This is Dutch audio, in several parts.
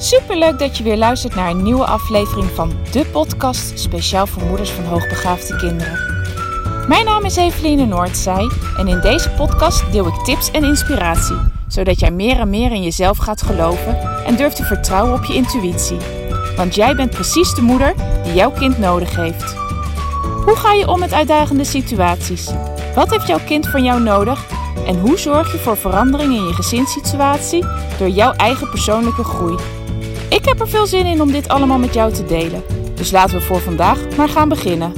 Superleuk dat je weer luistert naar een nieuwe aflevering van de podcast speciaal voor moeders van hoogbegaafde kinderen. Mijn naam is Eveline Noordzij en in deze podcast deel ik tips en inspiratie, zodat jij meer en meer in jezelf gaat geloven en durft te vertrouwen op je intuïtie. Want jij bent precies de moeder die jouw kind nodig heeft. Hoe ga je om met uitdagende situaties? Wat heeft jouw kind van jou nodig? En hoe zorg je voor verandering in je gezinssituatie door jouw eigen persoonlijke groei? Ik heb er veel zin in om dit allemaal met jou te delen. Dus laten we voor vandaag maar gaan beginnen.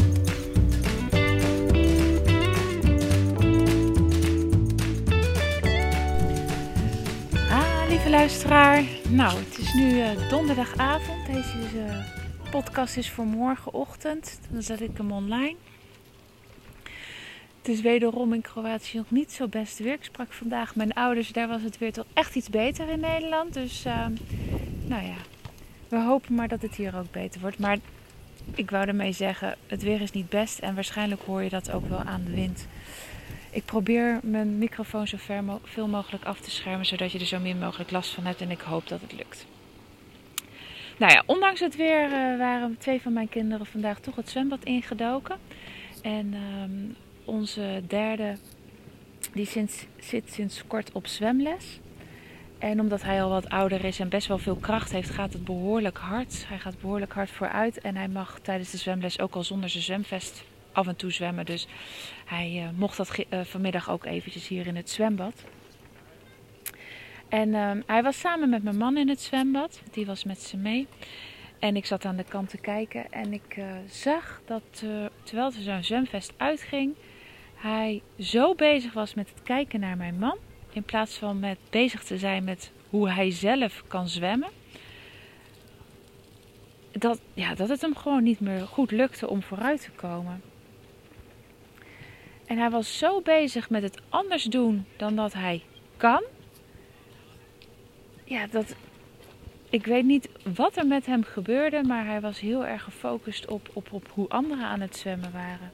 Lieve luisteraar. Nou, het is nu donderdagavond. Deze podcast is voor morgenochtend. Dan zet ik hem online. Het is wederom in Kroatië nog niet zo best weer. Ik sprak vandaag mijn ouders. Daar was het weer toch echt iets beter in Nederland. Dus we hopen maar dat het hier ook beter wordt. Maar ik wou ermee zeggen, het weer is niet best. En waarschijnlijk hoor je dat ook wel aan de wind. Ik probeer mijn microfoon zo veel mogelijk af te schermen. Zodat je er zo min mogelijk last van hebt. En ik hoop dat het lukt. Nou ja, ondanks het weer waren 2 van mijn kinderen vandaag toch het zwembad ingedoken. En onze derde die zit sinds kort op zwemles. En omdat hij al wat ouder is en best wel veel kracht heeft, gaat het behoorlijk hard. Hij gaat behoorlijk hard vooruit. En hij mag tijdens de zwemles ook al zonder zijn zwemvest af en toe zwemmen. Dus hij mocht dat vanmiddag ook eventjes hier in het zwembad. En hij was samen met mijn man in het zwembad. Die was met ze mee. En ik zat aan de kant te kijken. En ik zag dat terwijl zijn zwemvest uitging, hij zo bezig was met het kijken naar mijn man. In plaats van met bezig te zijn met hoe hij zelf kan zwemmen. Dat het hem gewoon niet meer goed lukte om vooruit te komen. En hij was zo bezig met het anders doen dan dat hij kan. Ja, ik weet niet wat er met hem gebeurde. Maar hij was heel erg gefocust op hoe anderen aan het zwemmen waren.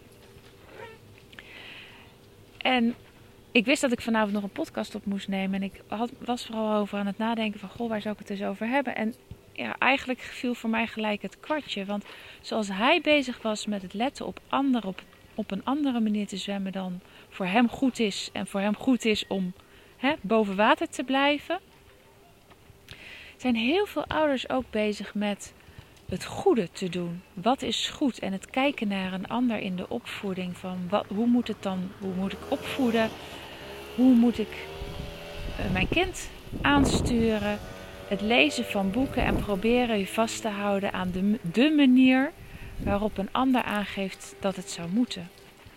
En ik wist dat ik vanavond nog een podcast op moest nemen. En ik was vooral over aan het nadenken van, waar zou ik het dus over hebben? En ja, eigenlijk viel voor mij gelijk het kwartje. Want zoals hij bezig was met het letten op anderen, op een andere manier te zwemmen dan voor hem goed is. En voor hem goed is om boven water te blijven. Zijn heel veel ouders ook bezig met het goede te doen. Wat is goed? En het kijken naar een ander in de opvoeding. Van hoe moet ik opvoeden? Hoe moet ik mijn kind aansturen? Het lezen van boeken en proberen je vast te houden aan de manier waarop een ander aangeeft dat het zou moeten.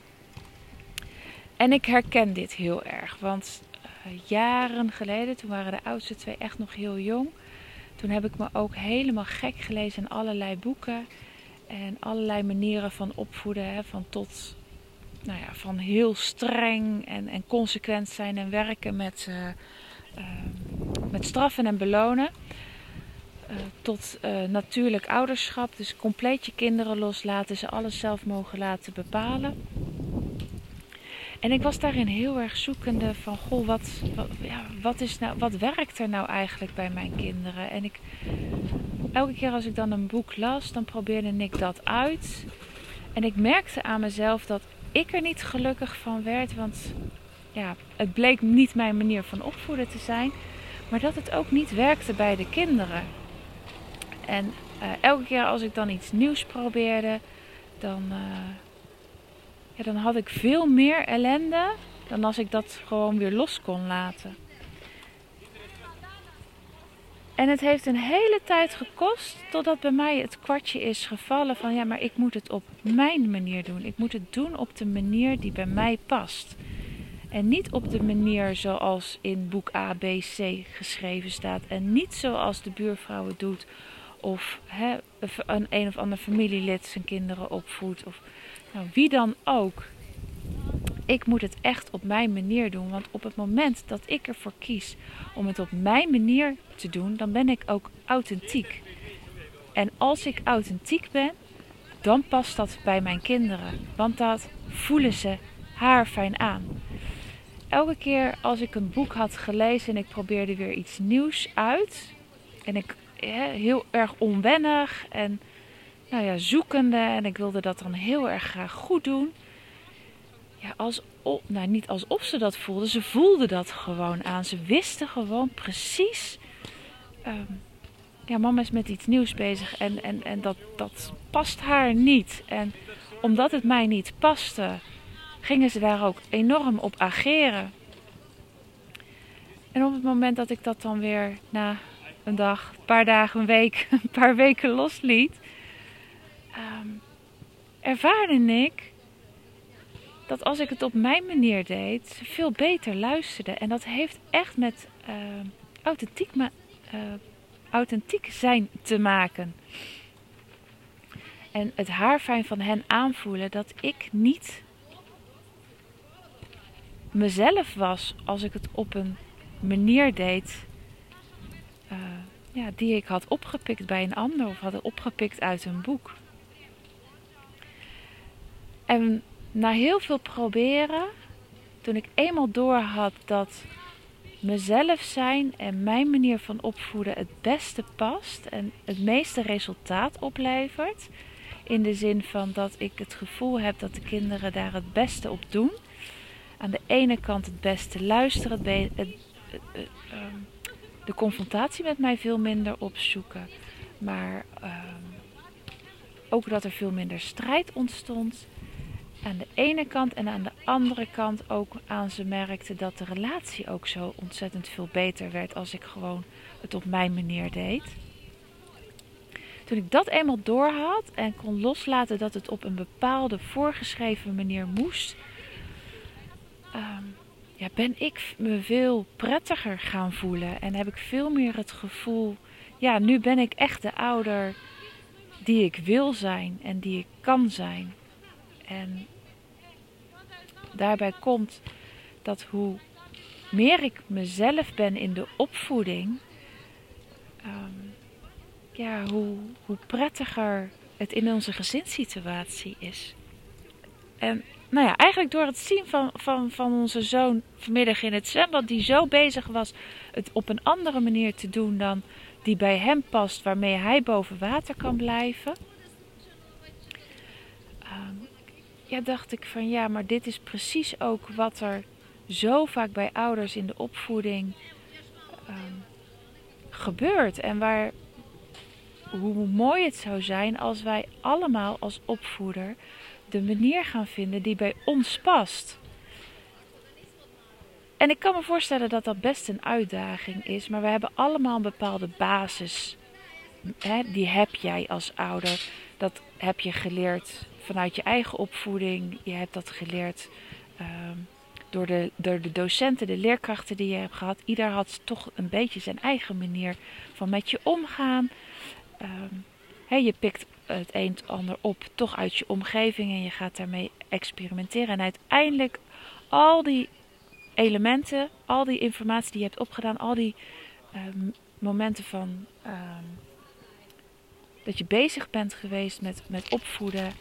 En ik herken dit heel erg. Want jaren geleden, toen waren de oudste 2 echt nog heel jong. Toen heb ik me ook helemaal gek gelezen in allerlei boeken. En allerlei manieren van opvoeden. Van heel streng en consequent zijn en werken met straffen en belonen. Tot natuurlijk ouderschap. Dus compleet je kinderen loslaten. Ze alles zelf mogen laten bepalen. En ik was daarin heel erg zoekende van, wat werkt er nou eigenlijk bij mijn kinderen? En elke keer als ik dan een boek las, dan probeerde ik dat uit. En ik merkte aan mezelf dat ik er niet gelukkig van werd. Want het bleek niet mijn manier van opvoeden te zijn. Maar dat het ook niet werkte bij de kinderen. En elke keer als ik dan iets nieuws probeerde, dan had ik veel meer ellende dan als ik dat gewoon weer los kon laten. En het heeft een hele tijd gekost totdat bij mij het kwartje is gevallen van, maar ik moet het op mijn manier doen. Ik moet het doen op de manier die bij mij past. En niet op de manier zoals in boek A, B, C geschreven staat. En niet zoals de buurvrouw het doet. Of een of ander familielid zijn kinderen opvoedt. Of wie dan ook. Ik moet het echt op mijn manier doen. Want op het moment dat ik ervoor kies om het op mijn manier te doen, dan ben ik ook authentiek. En als ik authentiek ben, dan past dat bij mijn kinderen. Want dat voelen ze haarfijn aan. Elke keer als ik een boek had gelezen en ik probeerde weer iets nieuws uit. En heel erg onwennig en zoekende. En ik wilde dat dan heel erg graag goed doen. Ja, niet alsof ze dat voelden. Ze voelden dat gewoon aan. Ze wisten gewoon precies. Mama is met iets nieuws bezig en dat past haar niet. En omdat het mij niet paste, gingen ze daar ook enorm op ageren. En op het moment dat ik dat dan weer na een dag, een paar dagen, een week, een paar weken losliet, ervaarde ik dat als ik het op mijn manier deed, ze veel beter luisterde. En dat heeft echt met authentiek zijn te maken. En het haarfijn van hen aanvoelen dat ik niet mezelf was als ik het op een manier deed die ik had opgepikt bij een ander of had opgepikt uit een boek. En na heel veel proberen, toen ik eenmaal doorhad dat mezelf zijn en mijn manier van opvoeden het beste past en het meeste resultaat oplevert, in de zin van dat ik het gevoel heb dat de kinderen daar het beste op doen. Aan de ene kant het beste luisteren, de confrontatie met mij veel minder opzoeken. Maar ook dat er veel minder strijd ontstond. Aan de ene kant en aan de andere kant ook aan ze merkte dat de relatie ook zo ontzettend veel beter werd als ik gewoon het op mijn manier deed. Toen ik dat eenmaal doorhad en kon loslaten dat het op een bepaalde voorgeschreven manier moest, ben ik me veel prettiger gaan voelen. En heb ik veel meer het gevoel, nu ben ik echt de ouder die ik wil zijn en die ik kan zijn. En daarbij komt dat hoe meer ik mezelf ben in de opvoeding, hoe prettiger het in onze gezinssituatie is. En eigenlijk door het zien van onze zoon vanmiddag in het zwembad, die zo bezig was het op een andere manier te doen dan die bij hem past, waarmee hij boven water kan blijven. Dacht ik van maar dit is precies ook wat er zo vaak bij ouders in de opvoeding gebeurt. En hoe mooi het zou zijn als wij allemaal als opvoeder de manier gaan vinden die bij ons past. En ik kan me voorstellen dat dat best een uitdaging is, maar we hebben allemaal een bepaalde basis. Die heb jij als ouder. Dat heb je geleerd vanuit je eigen opvoeding. Je hebt dat geleerd door de docenten, de leerkrachten die je hebt gehad. Ieder had toch een beetje zijn eigen manier van met je omgaan. Je pikt het een het ander op toch uit je omgeving en je gaat daarmee experimenteren. En uiteindelijk al die elementen, al die informatie die je hebt opgedaan, al die momenten van dat je bezig bent geweest met opvoeden.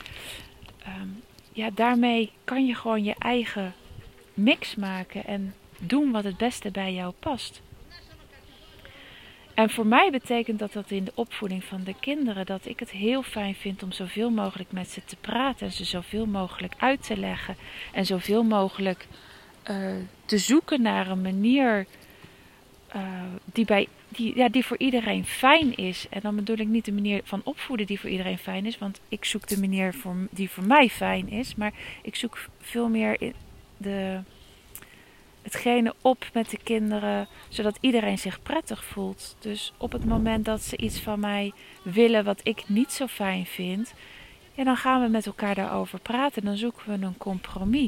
Daarmee kan je gewoon je eigen mix maken en doen wat het beste bij jou past. En voor mij betekent dat in de opvoeding van de kinderen, dat ik het heel fijn vind om zoveel mogelijk met ze te praten en ze zoveel mogelijk uit te leggen en zoveel mogelijk te zoeken naar een manier die voor iedereen fijn is. En dan bedoel ik niet de manier van opvoeden die voor iedereen fijn is, want ik zoek de manier die voor mij fijn is, maar ik zoek veel meer hetgene op met de kinderen, zodat iedereen zich prettig voelt. Dus op het moment dat ze iets van mij willen wat ik niet zo fijn vind, dan gaan we met elkaar daarover praten. Dan zoeken we een compromis.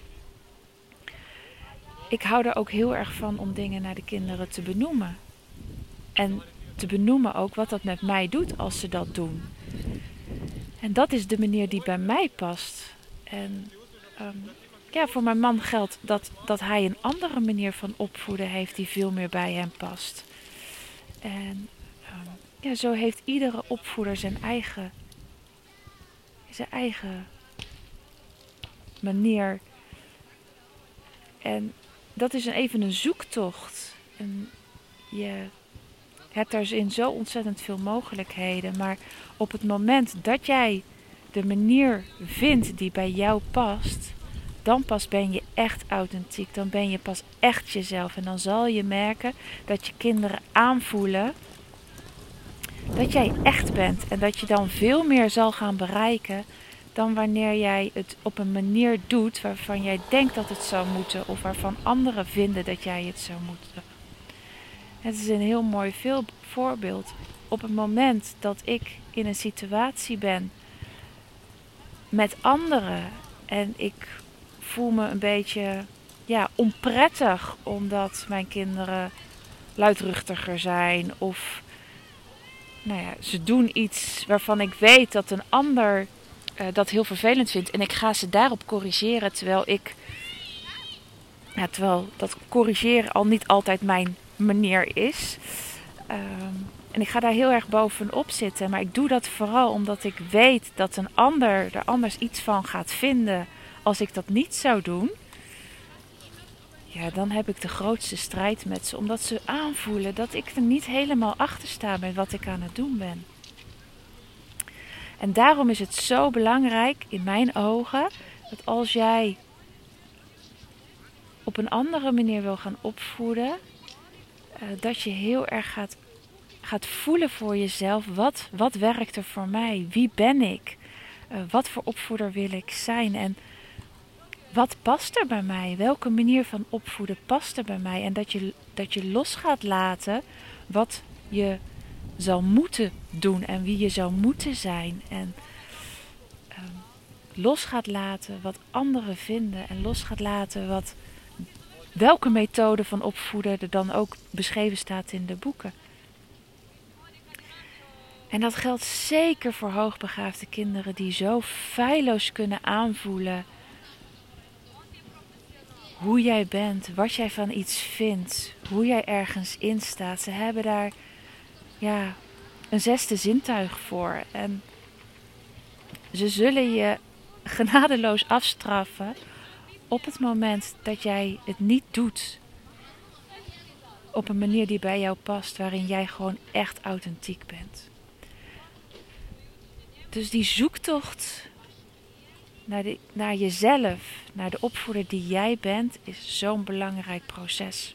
Ik hou er ook heel erg van om dingen naar de kinderen te benoemen. En te benoemen ook wat dat met mij doet als ze dat doen. En dat is de manier die bij mij past. En voor mijn man geldt dat hij een andere manier van opvoeden heeft die veel meer bij hem past. En zo heeft iedere opvoeder zijn eigen manier. En dat is even een zoektocht. En hebt daarin zo ontzettend veel mogelijkheden. Maar op het moment dat jij de manier vindt die bij jou past, dan pas ben je echt authentiek. Dan ben je pas echt jezelf. En dan zal je merken dat je kinderen aanvoelen dat jij echt bent. En dat je dan veel meer zal gaan bereiken dan wanneer jij het op een manier doet waarvan jij denkt dat het zou moeten. Of waarvan anderen vinden dat jij het zou moeten. Het is een heel mooi voorbeeld. Op het moment dat ik in een situatie ben met anderen en ik voel me een beetje onprettig omdat mijn kinderen luidruchtiger zijn of ze doen iets waarvan ik weet dat een ander dat heel vervelend vindt en ik ga ze daarop corrigeren terwijl dat corrigeren al niet altijd mijn manier is. En ik ga daar heel erg bovenop zitten. Maar ik doe dat vooral omdat ik weet dat een ander er anders iets van gaat vinden als ik dat niet zou doen. Ja, dan heb ik de grootste strijd met ze. Omdat ze aanvoelen dat ik er niet helemaal achter sta met wat ik aan het doen ben. En daarom is het zo belangrijk in mijn ogen dat als jij op een andere manier wil gaan opvoeden, dat je heel erg gaat voelen voor jezelf. Wat werkt er voor mij? Wie ben ik? Wat voor opvoeder wil ik zijn? En wat past er bij mij? Welke manier van opvoeden past er bij mij? En dat je los gaat laten wat je zou moeten doen en wie je zou moeten zijn. En los gaat laten wat anderen vinden. En los gaat laten welke methode van opvoeden er dan ook beschreven staat in de boeken. En dat geldt zeker voor hoogbegaafde kinderen die zo feilloos kunnen aanvoelen hoe jij bent, wat jij van iets vindt, hoe jij ergens in staat. Ze hebben daar een zesde zintuig voor. En ze zullen je genadeloos afstraffen op het moment dat jij het niet doet op een manier die bij jou past, waarin jij gewoon echt authentiek bent. Dus die zoektocht naar jezelf, naar de opvoeder die jij bent, is zo'n belangrijk proces.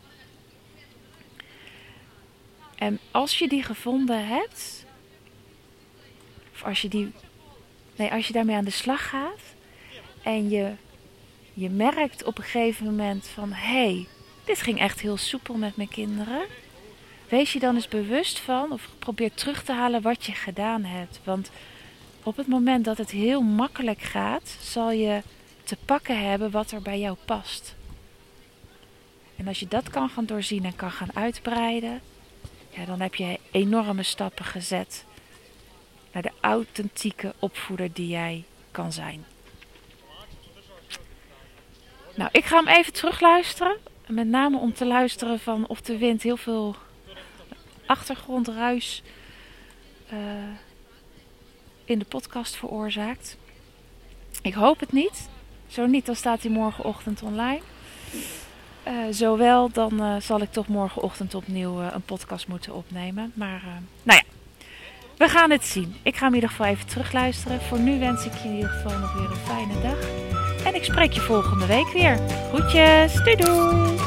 En als je die gevonden hebt, of als je daarmee aan de slag gaat en je merkt op een gegeven moment van dit ging echt heel soepel met mijn kinderen. Wees je dan eens bewust van of probeer terug te halen wat je gedaan hebt. Want op het moment dat het heel makkelijk gaat, zal je te pakken hebben wat er bij jou past. En als je dat kan gaan doorzien en kan gaan uitbreiden, dan heb je enorme stappen gezet naar de authentieke opvoeder die jij kan zijn. Nou, ik ga hem even terugluisteren. Met name om te luisteren van of de wind heel veel achtergrondruis in de podcast veroorzaakt. Ik hoop het niet. Zo niet, dan staat hij morgenochtend online. Zowel, dan zal ik toch morgenochtend opnieuw een podcast moeten opnemen. Maar we gaan het zien. Ik ga hem in ieder geval even terugluisteren. Voor nu wens ik je in ieder geval nog weer een fijne dag. En ik spreek je volgende week weer. Groetjes, doei doei!